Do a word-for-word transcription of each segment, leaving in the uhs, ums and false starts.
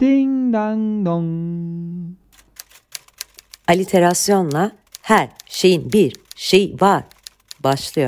Ding dang dong. Aliterasyonla her şeyin bir şey var başlıyor.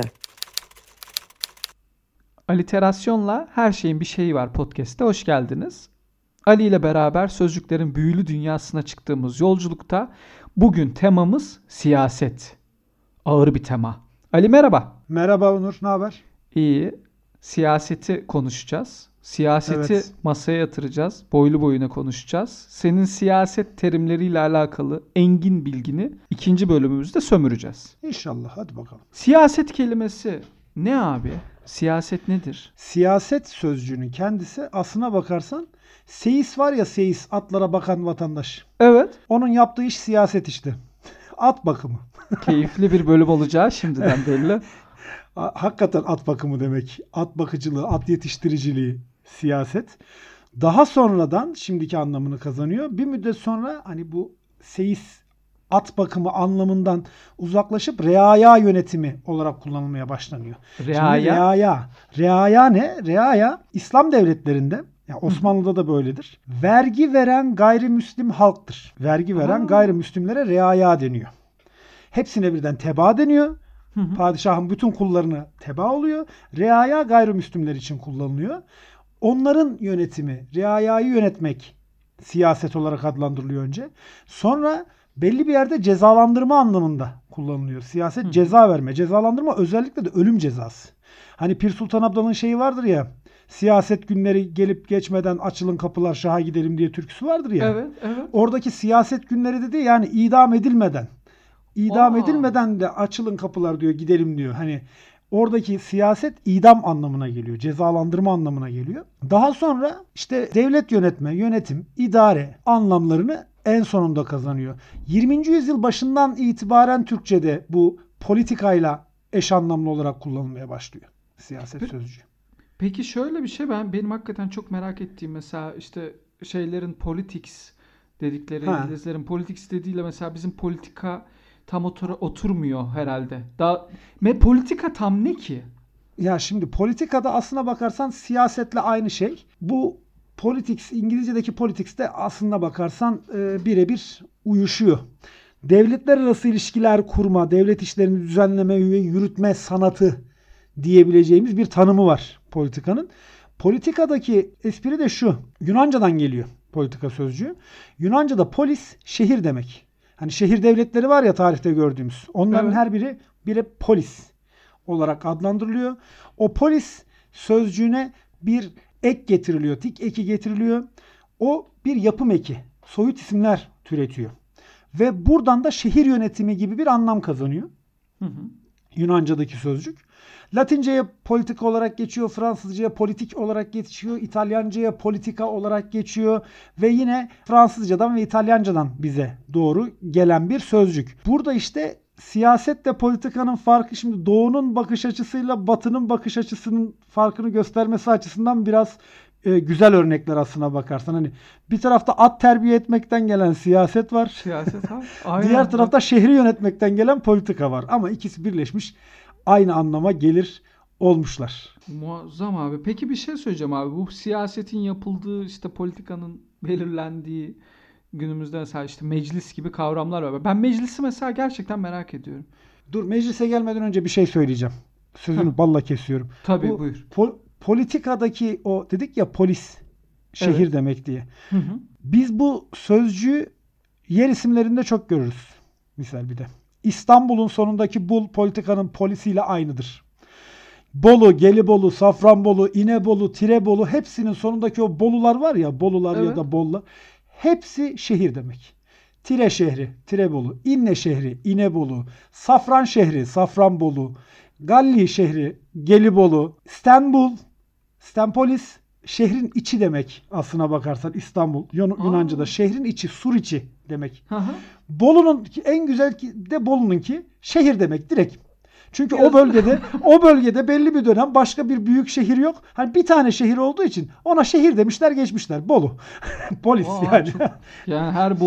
Aliterasyonla her şeyin bir şeyi var podcast'te hoş geldiniz. Ali ile beraber sözcüklerin büyülü dünyasına çıktığımız yolculukta bugün temamız siyaset. Ağır bir tema. Ali merhaba. Merhaba Onur, ne haber? İyi. Siyaseti konuşacağız. Siyaseti Evet. masaya yatıracağız. Boylu boyuna konuşacağız. Senin siyaset terimleriyle alakalı engin bilgini ikinci bölümümüzde sömüreceğiz. İnşallah, hadi bakalım. Siyaset kelimesi ne abi? Siyaset nedir? Siyaset sözcüğünün kendisi aslına bakarsan seyis var ya, seyis, atlara bakan vatandaş. Evet. Onun yaptığı iş siyaset işte. At bakımı. Keyifli bir bölüm olacağı şimdiden belli. Hakikaten at bakımı demek. At bakıcılığı, at yetiştiriciliği, siyaset. Daha sonradan şimdiki anlamını kazanıyor. Bir müddet sonra hani bu seyis, at bakımı anlamından uzaklaşıp reaya yönetimi olarak kullanılmaya başlanıyor. Reaya? Şimdi reaya. Reaya ne? Reaya İslam devletlerinde, yani Osmanlı'da da böyledir, vergi veren gayrimüslim halktır. Vergi veren Aa. gayrimüslimlere reaya deniyor. Hepsine birden tebaa deniyor. Hı hı. Padişahın bütün kullarına tebaa oluyor. Reaya gayrimüslimler için kullanılıyor. Onların yönetimi, reayayı yönetmek siyaset olarak adlandırılıyor önce. Sonra belli bir yerde cezalandırma anlamında kullanılıyor. Siyaset Hı. ceza verme. Cezalandırma özellikle de ölüm cezası. Hani Pir Sultan Abdal'ın şeyi vardır ya, siyaset günleri gelip geçmeden açılın kapılar şaha gidelim diye türküsü vardır ya. Evet, evet. Oradaki siyaset günleri dedi yani idam edilmeden. İdam Aa. edilmeden de açılın kapılar diyor, gidelim diyor. Hani oradaki siyaset idam anlamına geliyor. Cezalandırma anlamına geliyor. Daha sonra işte devlet yönetme, yönetim, idare anlamlarını en sonunda kazanıyor. yirminci yüzyıl başından itibaren Türkçe'de bu politikayla eş anlamlı olarak kullanılmaya başlıyor siyaset Peki- sözcüğü. Peki şöyle bir şey, ben benim hakikaten çok merak ettiğim, mesela işte şeylerin politics dedikleri, Ha. İngilizlerin politics dediğiyle mesela bizim politika tam otura, oturmuyor herhalde. Daha me politika tam ne ki? Ya şimdi politikada aslına bakarsan siyasetle aynı şey. Bu politics, İngilizce'deki politics de aslına bakarsan e, birebir uyuşuyor. Devletler arası ilişkiler kurma, devlet işlerini düzenleme ve yürütme sanatı diyebileceğimiz bir tanımı var politikanın. Politikadaki espri de şu. Yunanca'dan geliyor politika sözcüğü. Yunanca'da polis şehir demek. Hani şehir devletleri var ya tarihte gördüğümüz. Onların Evet. her biri bire polis olarak adlandırılıyor. O polis sözcüğüne bir ek getiriliyor. Tik eki getiriliyor. O bir yapım eki. Soyut isimler türetiyor. Ve buradan da şehir yönetimi gibi bir anlam kazanıyor. Hı hı. Yunanca'daki sözcük. Latinceye politika olarak geçiyor, Fransızcaya politik olarak geçiyor, İtalyancaya politika olarak geçiyor ve yine Fransızcadan ve İtalyancadan bize doğru gelen bir sözcük. Burada işte siyasetle politikanın farkı, şimdi Doğu'nun bakış açısıyla Batı'nın bakış açısının farkını göstermesi açısından biraz e, güzel örnekler aslına bakarsan. Hani bir tarafta at terbiye etmekten gelen siyaset var. Siyaset ha. Aynen. Diğer tarafta şehri yönetmekten gelen politika var. Ama ikisi birleşmiş aynı anlama gelir olmuşlar. Muazzam abi. Peki bir şey söyleyeceğim abi. Bu siyasetin yapıldığı, işte politikanın belirlendiği, günümüzde mesela işte meclis gibi kavramlar var. Ben meclisi mesela gerçekten merak ediyorum. Dur, meclise gelmeden önce bir şey söyleyeceğim. Sözünü Heh. balla kesiyorum. Tabii, Bu buyur. po- politikadaki o dedik ya polis şehir Evet. demek diye. Hı hı. Biz bu sözcüğü yer isimlerinde çok görürüz. Misal bir de. İstanbul'un sonundaki bul politikanın polisiyle aynıdır. Bolu, Gelibolu, Safranbolu, İnebolu, Tirebolu, hepsinin sonundaki o bolular var ya, bolular Evet. ya da bollar. Hepsi şehir demek. Tire şehri, Tirebolu, İnne şehri, İnebolu, Safran şehri, Safranbolu, Galli şehri, Gelibolu, İstanbul, Stenpolis, şehrin içi demek aslına bakarsan İstanbul. Yun- Aa. Yunanca'da şehrin içi, sur içi demek. Hı hı. Bolu'nun en güzel ki- de Bolu'nunki şehir demek direkt. Çünkü Biraz- o bölgede o bölgede belli bir dönem başka bir büyük şehir yok. Hani bir tane şehir olduğu için ona şehir demişler, geçmişler. Bolu. Polis Aa, yani. çok- Yani her Bolu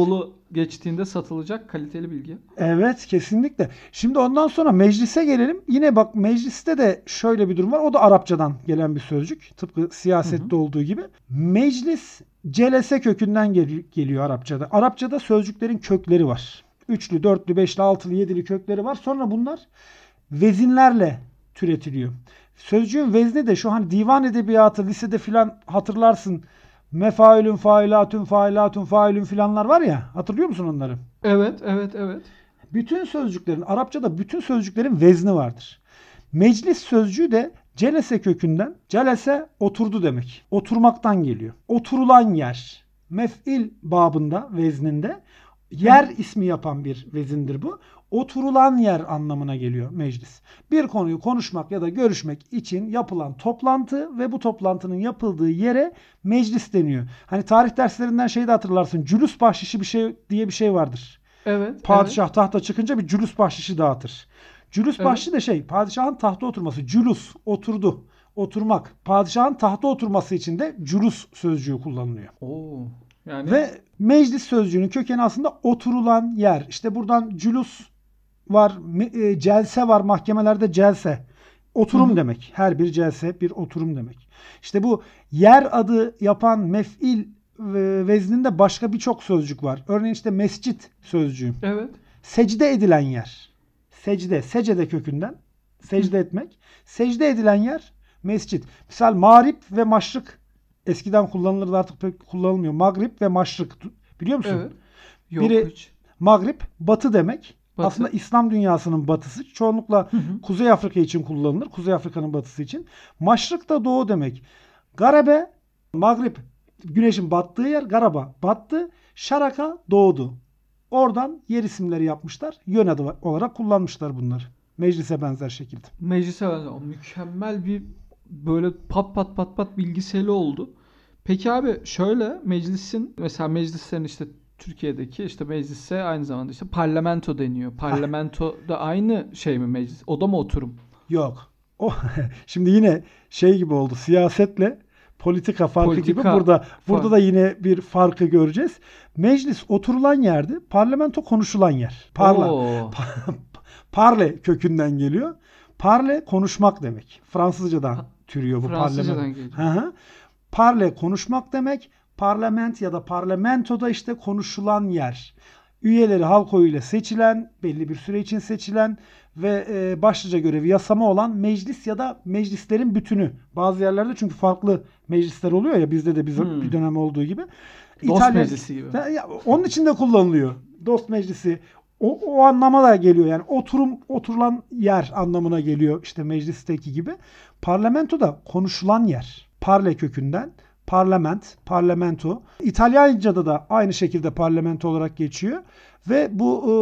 geçtiğinde satılacak kaliteli bilgi. Evet, kesinlikle. Şimdi ondan sonra meclise gelelim. Yine bak mecliste de şöyle bir durum var. O da Arapçadan gelen bir sözcük. Tıpkı siyasette hı hı. olduğu gibi. Meclis celese kökünden gel- geliyor Arapçada. Arapçada sözcüklerin kökleri var. Üçlü, dörtlü, beşli, altılı, yedili kökleri var. Sonra bunlar vezinlerle türetiliyor. Sözcüğün vezni de şu hani divan edebiyatı lisede filan hatırlarsın. Mefailün, failatün, failatün, failün filanlar var ya. Hatırlıyor musun onları? Evet, evet, evet. Bütün sözcüklerin, Arapçada bütün sözcüklerin vezni vardır. Meclis sözcüğü de celese kökünden, celese oturdu demek. Oturmaktan geliyor. Oturulan yer. Mef'il babında, vezninde yer ismi yapan bir vezindir bu. Oturulan yer anlamına geliyor meclis. Bir konuyu konuşmak ya da görüşmek için yapılan toplantı ve bu toplantının yapıldığı yere meclis deniyor. Hani tarih derslerinden şeyi de hatırlarsın. Cülüs bahşişi bir şey diye bir şey vardır. Evet. Padişah evet. tahta çıkınca bir cülüs bahşişi dağıtır. Cülüs evet. bahşişi de şey, padişahın tahta oturması. Cülüs, oturdu. Oturmak. Padişahın tahta oturması için de cülüs sözcüğü kullanılıyor. Oo. Yani... Ve meclis sözcüğünün kökeni aslında oturulan yer. İşte buradan cülüs var, e, celse var, mahkemelerde celse. Oturum Hı-hı. demek. Her bir celse bir oturum demek. İşte bu yer adı yapan mef'il vezninde başka birçok sözcük var. Örneğin işte mescit sözcüğü. Evet. Secde edilen yer. Secde, secde kökünden. Secde Hı. etmek. Secde edilen yer mescit. Misal mağrip ve maşrık eskiden kullanılırdı, artık pek kullanılmıyor. Mağrip ve maşrık. Biliyor musun? Evet. Yok Biri hiç. mağrip batı demek. Batı. Aslında İslam dünyasının batısı. Çoğunlukla hı hı. Kuzey Afrika için kullanılır. Kuzey Afrika'nın batısı için. Maşrık da doğu demek. Garebe, mağrip güneşin battığı yer, garaba battı. Şaraka doğdu. Oradan yer isimleri yapmışlar. Yön adı olarak kullanmışlar bunları. Meclise benzer şekilde. Meclise benzer. Mükemmel bir böyle pat pat pat pat bilgiseli oldu. Peki abi şöyle meclisin mesela meclislerin işte Türkiye'deki işte meclise aynı zamanda işte parlamento deniyor. Parlamento da aynı şey mi meclis? O da mı oturum? Yok. O şimdi yine şey gibi oldu. Siyasetle politika farkı politika gibi burada burada fark. da yine bir farkı göreceğiz. Meclis oturulan yerdi. Parlamento konuşulan yer. Parla. Parle kökünden geliyor. Parle konuşmak demek. Fransızcadan türüyor bu Fransızcadan parlament. Hı hı. Parle konuşmak demek. Parlament ya da parlamentoda işte konuşulan yer. Üyeleri halk oyuyla seçilen, belli bir süre için seçilen ve e, başlıca görevi yasama olan meclis ya da meclislerin bütünü. Bazı yerlerde çünkü farklı meclisler oluyor ya, bizde de bizim hmm. bir dönem olduğu gibi. Dost İtalya, meclisi gibi. Ya, onun için de kullanılıyor. Dost meclisi. O, o anlama da geliyor yani. Oturum, oturulan yer anlamına geliyor işte meclisteki gibi. Parlamento da konuşulan yer. Parle kökünden. Parlament, parlamento. İtalyanca'da da aynı şekilde parlamento olarak geçiyor. Ve bu e,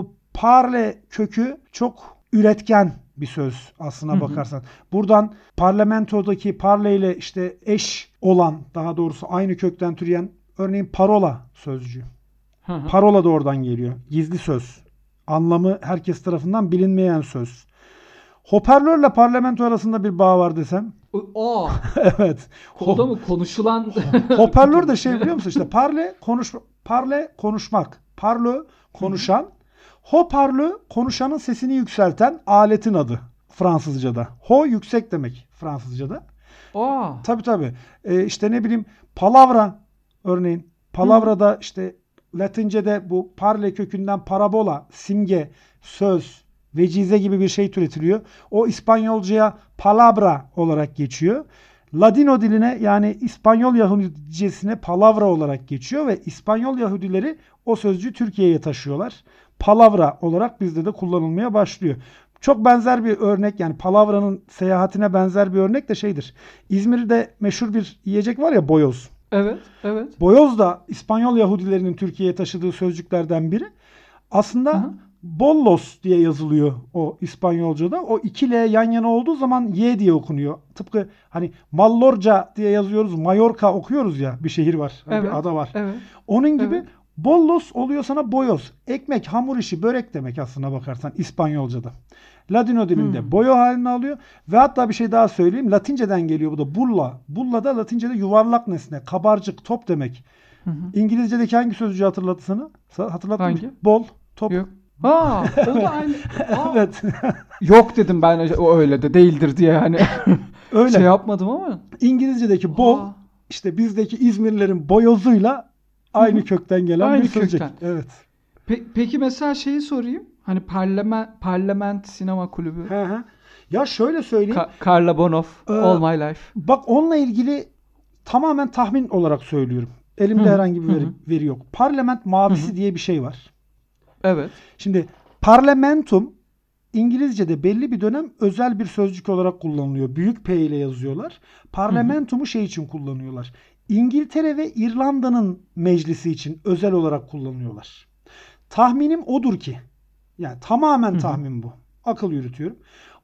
parle kökü çok üretken bir söz aslına hı hı. bakarsan. Buradan parlamentodaki parle ile işte eş olan, daha doğrusu aynı kökten türeyen örneğin parola sözcüğü. Hı hı. Parola da oradan geliyor. Gizli söz. Anlamı herkes tarafından bilinmeyen söz. Hoparlörle parlamento arasında bir bağ var desem. O. Evet. O da mı konuşulan? Hoparlör de şey biliyor musun? İşte parle konuş parle konuşmak. Parle konuşan. Hoparlö konuşanın sesini yükselten aletin adı Fransızca'da. Ho yüksek demek Fransızca'da. Aa. Tabii tabii. Ee, işte ne bileyim palavra örneğin. Palavra'da işte Latince'de bu parle kökünden parabola, simge, söz, vecize gibi bir şey türetiliyor. O İspanyolcaya palabra olarak geçiyor. Ladino diline yani İspanyol Yahudicesine palavra olarak geçiyor ve İspanyol Yahudileri o sözcüğü Türkiye'ye taşıyorlar. Palavra olarak bizde de kullanılmaya başlıyor. Çok benzer bir örnek, yani palavranın seyahatine benzer bir örnek de şeydir. İzmir'de meşhur bir yiyecek var ya, boyoz. Evet, evet. Boyoz da İspanyol Yahudilerinin Türkiye'ye taşıdığı sözcüklerden biri. Aslında Hı-hı. bollos diye yazılıyor o İspanyolca'da. O iki L yan yana olduğu zaman Y diye okunuyor. Tıpkı hani Mallorca diye yazıyoruz, Mallorca okuyoruz ya, bir şehir var, evet, bir ada var. Evet. Onun gibi evet. bollos oluyor sana boyoz. Ekmek, hamur işi, börek demek aslına bakarsan İspanyolca'da. Ladino dilinde hmm. boyo halini alıyor. Ve hatta bir şey daha söyleyeyim. Latinceden geliyor bu da bulla. Bulla da Latince'de yuvarlak nesne, kabarcık, top demek. Hı hı. İngilizce'deki hangi sözcüğü hatırlattı sana? Sa- Hatırlattın Hangi? mı? Bol, top. Yok. Aa, o da aynı. Aa, Evet. yok dedim ben o öyle de değildir diye hani Öyle. şey yapmadım ama. İngilizce'deki bol Aa. işte bizdeki İzmirlilerin boyozuyla aynı Hı hı. kökten gelen Aynı bir sözcük. kökten. Evet. Pe- peki mesela şeyi sorayım. Hani parlament, parlament sinema kulübü. Hı hı. Ya şöyle söyleyeyim. Ka- Carla Bonoff, Ee, All My Life. Bak onunla ilgili tamamen tahmin olarak söylüyorum. Elimde Hı hı, herhangi bir veri, hı hı. veri yok. Parlament mavisi Hı hı. diye bir şey var. Evet. Şimdi parlamentum İngilizce'de belli bir dönem özel bir sözcük olarak kullanılıyor. Büyük P ile yazıyorlar. Parlamentumu şey için kullanıyorlar. İngiltere ve İrlanda'nın meclisi için özel olarak kullanıyorlar. Tahminim odur ki, yani tamamen Hı hı. tahmin bu. Akıl yürütüyorum.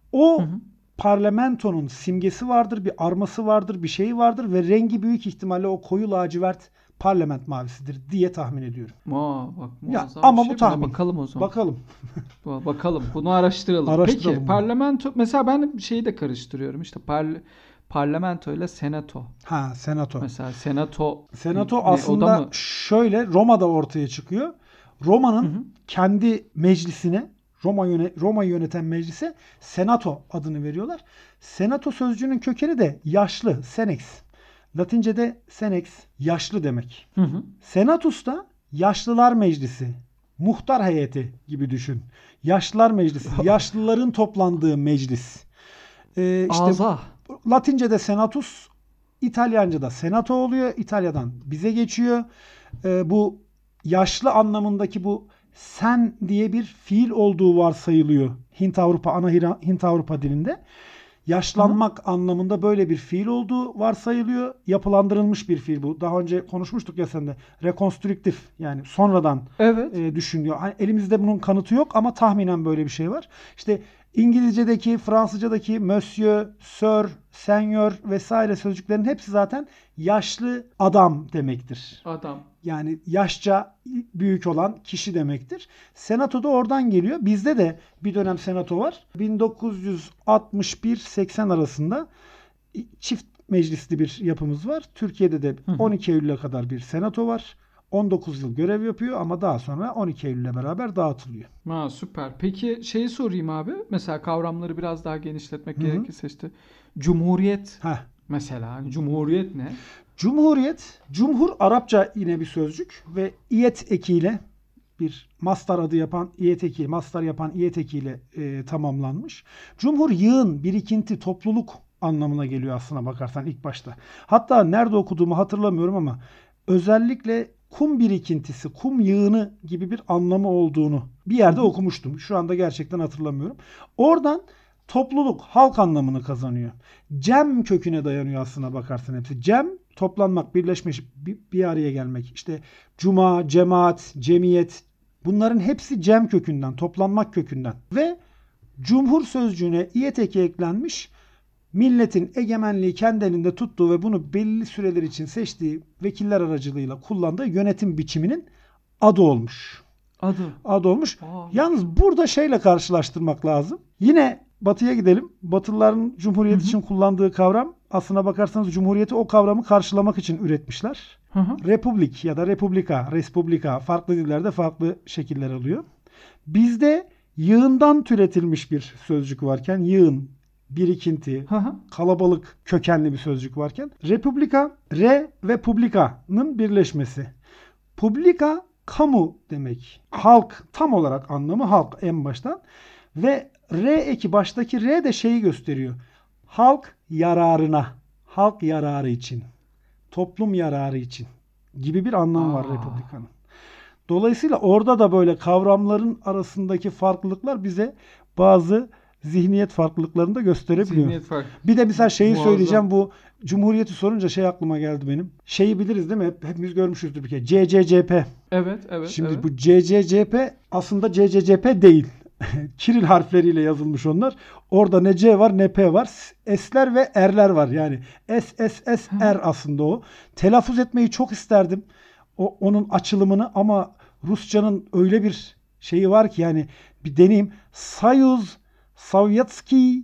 O Hı hı. parlamentonun simgesi vardır, bir arması vardır, bir şeyi vardır ve rengi büyük ihtimalle o koyu lacivert parlament mavisidir diye tahmin ediyorum. Aa, bak Ya, muazzam ama bir şey. bu tahmin. Buna bakalım o zaman. Bakalım. Bu- Bakalım. Bunu araştıralım. Araştıralım Peki bunu. parlamento mesela ben şeyi de karıştırıyorum. İşte parl- parlamento ile senato. Ha, senato. Mesela senato Senato ne, o da aslında mı? şöyle Roma'da ortaya çıkıyor. Roma'nın Hı hı. kendi meclisine, Roma yöne, Roma'yı yöneten meclise senato adını veriyorlar. Senato sözcüğünün kökeni de yaşlı, senex. Latince'de senex, yaşlı demek. Hı hı. Senatus da yaşlılar meclisi, muhtar heyeti gibi düşün. Yaşlılar meclisi, yaşlıların toplandığı meclis. Ee, işte Ağza. Latince'de senatus, İtalyanca'da senato oluyor. İtalya'dan bize geçiyor. Ee, bu yaşlı anlamındaki bu sen diye bir fiil olduğu varsayılıyor. Hint Avrupa ana Hira- Hint Avrupa dilinde. Yaşlanmak anlamında böyle bir fiil olduğu varsayılıyor. Yapılandırılmış bir fiil bu. Daha önce konuşmuştuk ya sen de. Rekonstrüktif, yani sonradan Evet. e, düşünüyor. Hani elimizde bunun kanıtı yok ama tahminen böyle bir şey var. İşte İngilizce'deki, Fransızca'daki monsieur, sir, senior vesaire sözcüklerin hepsi zaten yaşlı adam demektir. Adam. Yani yaşça büyük olan kişi demektir. Senato da oradan geliyor. Bizde de bir dönem senato var. bin dokuz yüz altmış bir seksen arasında çift meclisli bir yapımız var. Türkiye'de de on iki Eylül'e kadar bir senato var. on dokuz yıl görev yapıyor ama daha sonra on iki Eylül'le beraber dağıtılıyor. Ha, süper. Peki şeyi sorayım abi. Mesela kavramları biraz daha genişletmek Hı hı. gerekirse işte Cumhuriyet Heh. mesela. Hani Cumhuriyet ne? Cumhuriyet, cumhur Arapça yine bir sözcük ve iyet ekiyle bir mastar adı yapan iyet eki, mastar yapan iyet ekiyle e, tamamlanmış. Cumhur yığın, birikinti, topluluk anlamına geliyor aslına bakarsan ilk başta. Hatta nerede okuduğumu hatırlamıyorum ama özellikle kum birikintisi, kum yığını gibi bir anlamı olduğunu bir yerde okumuştum. Şu anda gerçekten hatırlamıyorum. Oradan topluluk, halk anlamını kazanıyor. Cem köküne dayanıyor aslına bakarsan hepsi. Cem, toplanmak, birleşmek, bir, bir araya gelmek. İşte cuma, cemaat, cemiyet, bunların hepsi cem kökünden, toplanmak kökünden. Ve cumhur sözcüğüne iyet eki eklenmiş, milletin egemenliği kendi elinde tuttuğu ve bunu belli süreler için seçtiği vekiller aracılığıyla kullandığı yönetim biçiminin adı olmuş. Adı. Adı olmuş. Aa. Yalnız burada şeyle karşılaştırmak lazım. Yine Batı'ya gidelim. Batılıların Cumhuriyet Hı hı. için kullandığı kavram, aslına bakarsanız Cumhuriyeti o kavramı karşılamak için üretmişler. Hı hı. Republik ya da Republika, Respublika farklı dillerde farklı şekiller alıyor. Bizde yığından türetilmiş bir sözcük varken, yığın, birikinti, Hı hı. kalabalık kökenli bir sözcük varken, Republika, re ve publika'nın birleşmesi. Publika, kamu demek. Halk, tam olarak anlamı halk en baştan. Ve re eki, baştaki re de şeyi gösteriyor. Halk yararına, halk yararı için, toplum yararı için gibi bir anlam var Aa. Republika'nın. Dolayısıyla orada da böyle kavramların arasındaki farklılıklar bize bazı zihniyet farklılıklarını da gösterebiliyor. Zihniyet farkı. Bir de mesela şeyi Muazzam. söyleyeceğim, bu Cumhuriyeti sorunca şey aklıma geldi benim. Şeyi biliriz değil mi? Hep, hepimiz görmüşüzdür bir kere. C C C P. Evet, evet. Şimdi evet. bu C C C P aslında C C C P değil. Kiril harfleriyle yazılmış onlar. Orada ne C var ne P var. S'ler ve R'ler var. Yani S S S R aslında o. Telaffuz etmeyi çok isterdim. O, onun açılımını ama Rusçanın öyle bir şeyi var ki, yani bir deneyim. Soyuz, Sovyetski,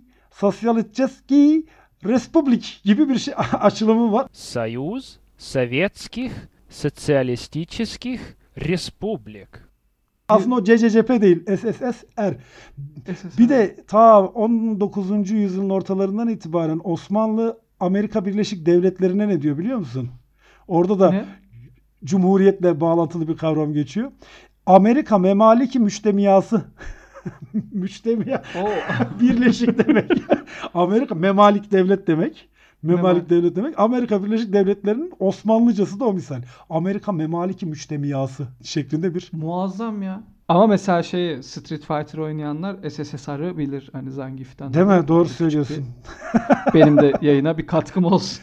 Sosyalistski, Respublik gibi bir şey açılımı var. Союз Советских социалистических республик. Aslında o C C C P değil, S S S R. Bir de ta on dokuzuncu yüzyılın ortalarından itibaren Osmanlı Amerika Birleşik Devletleri'ne ne diyor biliyor musun? Orada da Ne? Cumhuriyetle bağlantılı bir kavram geçiyor. Amerika Memaliki Müştemiyası. Müştemiya. Oo. Birleşik demek. Amerika Memalik devlet demek. Memalik Memalik. devlet demek. Amerika Birleşik Devletleri'nin Osmanlıcası da o misal. Amerika Memaliki Müştemiyası şeklinde bir. Muazzam ya. Ama mesela şey Street Fighter oynayanlar S S S R'ı bilir hani Zangief'ten. Değil mi? dolayı. Doğru Küçük söylüyorsun. bir- Benim de yayına bir katkım olsun.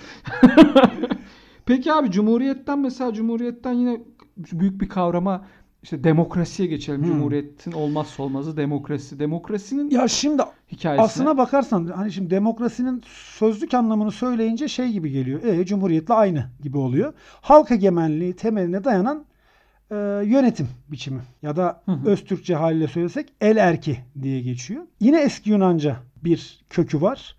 Peki abi Cumhuriyet'ten mesela Cumhuriyet'ten yine büyük bir kavrama işte demokrasiye geçelim. Hmm. Cumhuriyetin olmazsa olmazı demokrasi. Demokrasinin Ya şimdi hikayesine. aslına bakarsan hani şimdi demokrasinin sözlük anlamını söyleyince şey gibi geliyor. E, Cumhuriyetle aynı gibi oluyor. Halk egemenliği temeline dayanan e, yönetim biçimi ya da Hı hı. Öztürkçe haliyle söylesek el erki diye geçiyor. Yine eski Yunanca bir kökü var.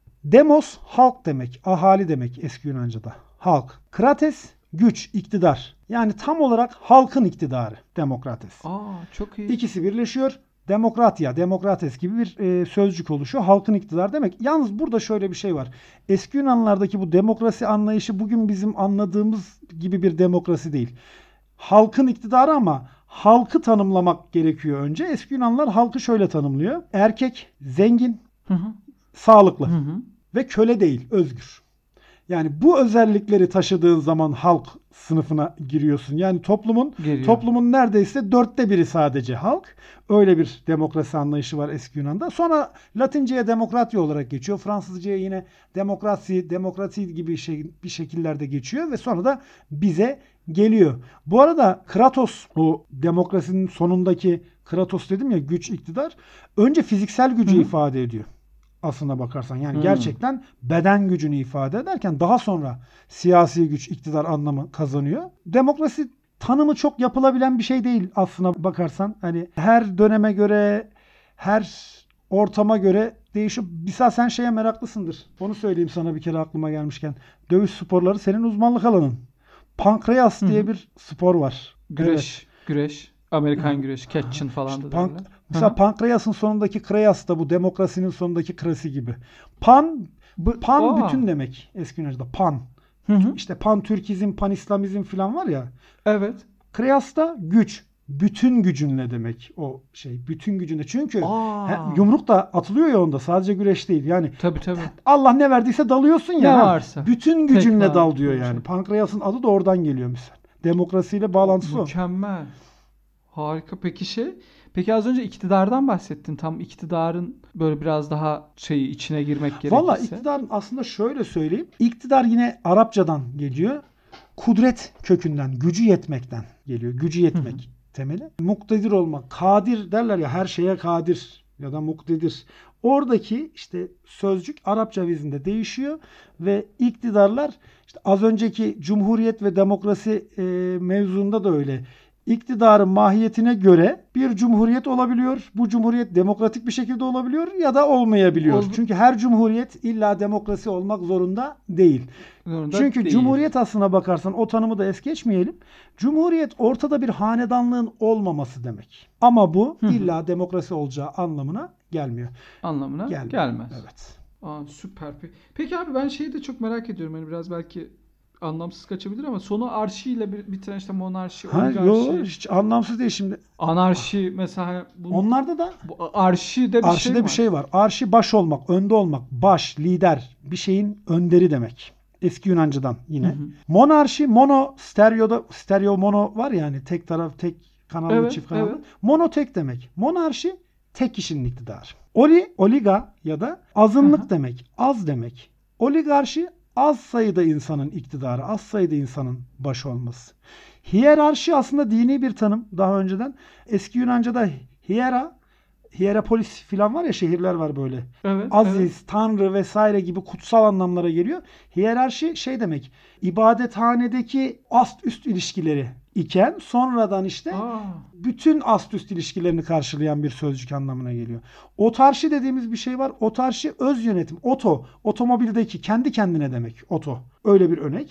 Demos halk demek, ahali demek eski Yunanca'da. Halk. Krates güç, iktidar. Yani tam olarak halkın iktidarı demokrates. Aa çok iyi. İkisi birleşiyor. Demokratya, demokrates gibi bir e, sözcük oluşuyor. Halkın iktidarı demek. Yalnız burada şöyle bir şey var. Eski Yunanlardaki bu demokrasi anlayışı bugün bizim anladığımız gibi bir demokrasi değil. Halkın iktidarı ama halkı tanımlamak gerekiyor önce. Eski Yunanlar halkı şöyle tanımlıyor. Erkek, zengin, Hı hı. sağlıklı Hı hı. ve köle değil, özgür. Yani bu özellikleri taşıdığın zaman halk sınıfına giriyorsun. Yani toplumun Geliyor. toplumun neredeyse dörtte biri sadece halk. Öyle bir demokrasi anlayışı var eski Yunan'da. Sonra Latinceye demokratya olarak geçiyor. Fransızcaya yine demokrasi, demokrasi gibi şey, bir şekillerde geçiyor ve sonra da bize geliyor. Bu arada Kratos, o demokrasinin sonundaki Kratos dedim ya, güç, iktidar, önce fiziksel gücü Hı hı. ifade ediyor. Aslına bakarsan yani Hmm. gerçekten beden gücünü ifade ederken daha sonra siyasi güç, iktidar anlamı kazanıyor. Demokrasi tanımı çok yapılabilen bir şey değil aslına bakarsan. Hani her döneme göre, her ortama göre değişiyor. Mesela sen şeye meraklısındır. Onu söyleyeyim sana bir kere aklıma gelmişken. Dövüş sporları senin uzmanlık alanın. Pankreas diye Hı hı. bir spor var. Güreş, güreş, Amerikan güreşi, Ketçin falan İşte da pank- derler. mesela Hı hı. pankreasın sonundaki kreas da bu demokrasinin sonundaki krasi gibi. Pan Bu- pan Aa. bütün demek eski Yunanca'da. Pan. Hı hı. İşte pan Türkizm, pan İslamizm falan var ya. Evet. Kreas da güç. Bütün gücünle demek o şey. Bütün gücünle. Çünkü Aa. he, yumruk da atılıyor ya onda. Sadece güreş değil. Yani Tabii tabii. Allah ne verdiyse dalıyorsun ya. Ne ha. varsa. Bütün Tek gücünle var, dal diyor bir yani. şey. Pankreasın adı da oradan geliyor misal. Demokrasiyle bağlantısı o. Mükemmel. Harika. Peki şey, peki az önce iktidardan bahsettin. Tam iktidarın böyle biraz daha şeyi içine girmek gerekirse. Valla iktidar aslında şöyle söyleyeyim. İktidar yine Arapçadan geliyor. Kudret kökünden, gücü yetmekten geliyor. Gücü yetmek temeli. Muktedir olmak. Kadir derler ya, her şeye kadir ya da muktedir. Oradaki işte sözcük Arapça vizinde değişiyor ve iktidarlar işte az önceki cumhuriyet ve demokrasi e, mevzunda da öyle. İktidarın mahiyetine göre bir cumhuriyet olabiliyor. Bu cumhuriyet demokratik bir şekilde olabiliyor ya da olmayabiliyor. Oldu. Çünkü her cumhuriyet illa demokrasi olmak zorunda değil. Zorunda Çünkü değil. cumhuriyet aslına bakarsan o tanımı da es geçmeyelim. Cumhuriyet ortada bir hanedanlığın olmaması demek. Ama bu Hı hı. illa demokrasi olacağı anlamına gelmiyor. anlamına Gelmiyor. gelmez. Evet. Aa, süper. Pe- Peki abi ben şeyi de çok merak ediyorum. Hani biraz belki anlamsız kaçabilir ama sonu arşiyle bir- bitiren işte monarşi, Ha, oligarşi, yo, hiç anlamsız değil şimdi. anarşi mesela bu, Onlarda da bu arşide bir arşide şey bir şey var. Arşi baş olmak, önde olmak, baş, lider, bir şeyin önderi demek. Eski Yunanca'dan yine. Hı hı. Monarşi, mono, stereoda, stereo mono var ya hani tek taraf, tek kanallı, Evet, çift kanallı. evet. Mono tek demek. Monarşi tek kişinin iktidarı. Oli, oliga ya da azınlık Hı hı. demek, az demek. Oligarşi az sayıda insanın iktidarı, az sayıda insanın baş olması. Hiyerarşi aslında dini bir tanım daha önceden. Eski Yunanca'da hiera, hierapolis falan var ya, şehirler var böyle. Evet, Aziz, evet. tanrı vesaire gibi kutsal anlamlara geliyor. Hiyerarşi şey demek, ibadethanedeki ast üst ilişkileri iken sonradan işte Aa, bütün ast üst ilişkilerini karşılayan bir sözcük anlamına geliyor. Otarşi dediğimiz bir şey var. Otarşi öz yönetim. Oto, otomobildeki kendi kendine demek. Oto. Öyle bir örnek.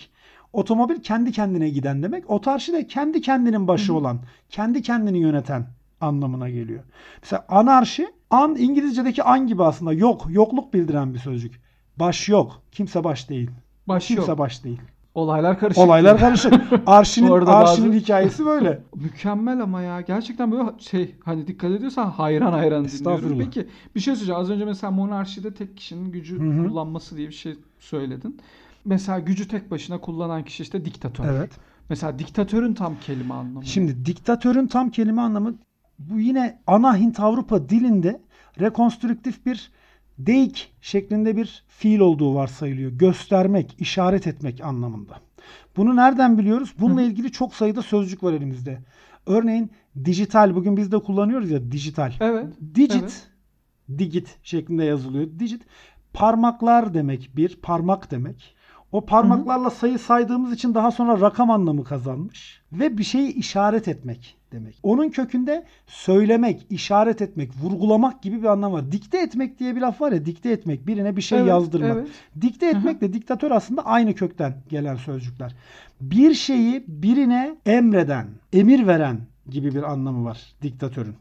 Otomobil kendi kendine giden demek. Otarşi de kendi kendinin başı olan, kendi kendini yöneten anlamına geliyor. Mesela anarşi, an İngilizce'deki an gibi aslında. Yok, yokluk bildiren bir sözcük. Baş yok. Kimse baş değil. Baş Kimse yok. baş değil. Olaylar karışık. Olaylar karışık. Arşinin, Orada arşinin bazı- hikayesi böyle. Mükemmel ama ya. Gerçekten böyle şey hani dikkat ediyorsan hayran hayran dinliyorum. Estağfurullah. Peki bir şey söyleyeceğim. Az önce mesela monarşide tek kişinin gücü Hı hı. kullanması diye bir şey söyledin. Mesela gücü tek başına kullanan kişi işte diktatör. Evet. Mesela diktatörün tam kelime anlamı. Şimdi diktatörün tam kelime anlamı bu yine ana Hint-Avrupa dilinde rekonstrüktif bir deik şeklinde bir fiil olduğu varsayılıyor. Göstermek, işaret etmek anlamında. Bunu nereden biliyoruz? Bununla ilgili çok sayıda sözcük var elimizde. Örneğin dijital, bugün biz de kullanıyoruz ya dijital. Evet. Digit, evet. digit şeklinde yazılıyor. Digit parmaklar demek, bir parmak demek. O parmaklarla sayı saydığımız için daha sonra rakam anlamı kazanmış ve bir şeyi işaret etmek demek. Onun kökünde söylemek, işaret etmek, vurgulamak gibi bir anlam var. Dikte etmek diye bir laf var ya, dikte etmek, birine bir şey Evet, yazdırmak. evet. Dikte etmekle diktatör aslında aynı kökten gelen sözcükler. Bir şeyi birine emreden, emir veren gibi bir anlamı var diktatörün.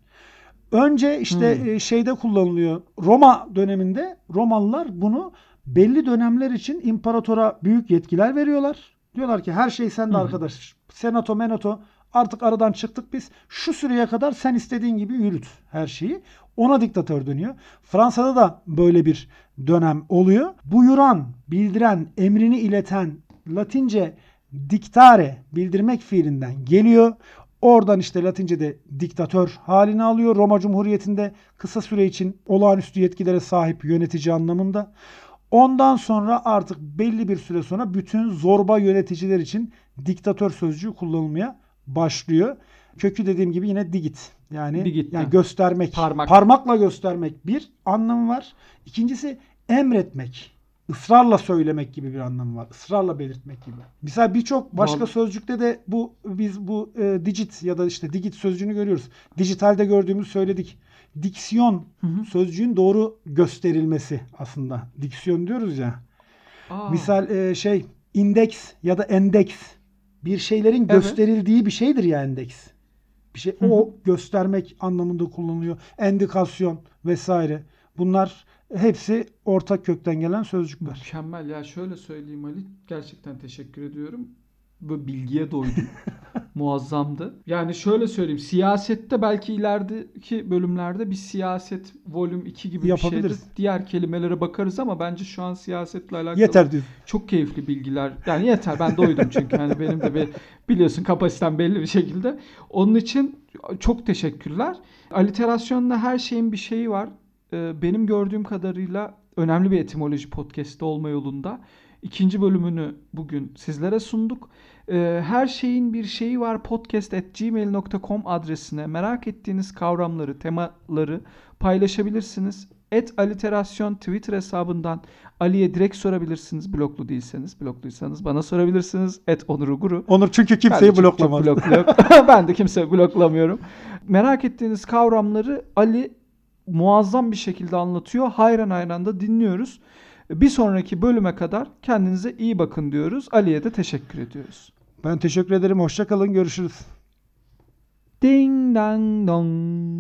Önce işte Hmm. e, şeyde kullanılıyor. Roma döneminde Romalılar bunu belli dönemler için imparatora büyük yetkiler veriyorlar. Diyorlar ki her şey sende Hı hı. arkadaş. Senato, menato artık aradan çıktık biz. Şu süreye kadar sen istediğin gibi yürüt her şeyi. Ona diktatör dönüyor. Fransa'da da böyle bir dönem oluyor. Buyuran, bildiren, emrini ileten, Latince dictare, bildirmek fiilinden geliyor. Oradan işte Latince'de diktatör halini alıyor. Roma Cumhuriyeti'nde kısa süre için olağanüstü yetkilere sahip yönetici anlamında. Ondan sonra artık belli bir süre sonra bütün zorba yöneticiler için diktatör sözcüğü kullanılmaya başlıyor. Kökü dediğim gibi yine digit. Yani, Digit'ten. yani göstermek. Parmak. Parmakla göstermek bir anlamı var. İkincisi emretmek. Israrla söylemek gibi bir anlamı var. Israrla belirtmek gibi. Mesela birçok başka Vallahi- sözcükte de bu biz bu e, digit ya da işte digit sözcüğünü görüyoruz. Dijitalde gördüğümüz söyledik. Diksiyon Hı hı. sözcüğün doğru gösterilmesi aslında. Diksiyon diyoruz ya. Aa, Misal e, şey indeks ya da endeks bir şeylerin Evet. gösterildiği bir şeydir ya endeks. Bir şey Hı hı. o göstermek anlamında kullanılıyor. Endikasyon vesaire. Bunlar hepsi ortak kökten gelen sözcükler. Mükemmel ya, şöyle söyleyeyim Ali, gerçekten teşekkür ediyorum. Bu bilgiye doydum. Muazzamdı. Yani şöyle söyleyeyim, siyasette belki ilerideki bölümlerde bir siyaset volüm iki gibi bir şeydir. Yapabiliriz. Diğer kelimelere bakarız ama bence şu an siyasetle alakalı Yeter diyor. çok keyifli bilgiler. Yani yeter, ben doydum çünkü hani benim de bir, biliyorsun kapasitem belli bir şekilde. Onun için çok teşekkürler. Aliterasyonla her şeyin bir şeyi var. Ee, Benim gördüğüm kadarıyla önemli bir etimoloji podcast'ı olma yolunda. İkinci bölümünü bugün sizlere sunduk. Ee, Her şeyin bir şeyi var podcast at gmail nokta com adresine merak ettiğiniz kavramları, temaları paylaşabilirsiniz. Et aliterasyon Twitter hesabından Ali'ye direkt sorabilirsiniz. Bloklu değilseniz, blokluysanız bana sorabilirsiniz. Et Onur Uguru. Onur çünkü Ben de kimseyi çok- çok bloklamaz. bloklu yok. Ben de kimseyi bloklamıyorum. Merak ettiğiniz kavramları Ali muazzam bir şekilde anlatıyor. Hayran hayran da dinliyoruz. Bir sonraki bölüme kadar kendinize iyi bakın diyoruz. Ali'ye de teşekkür ediyoruz. Ben teşekkür ederim. Hoşça kalın. Görüşürüz. Ding dang dong.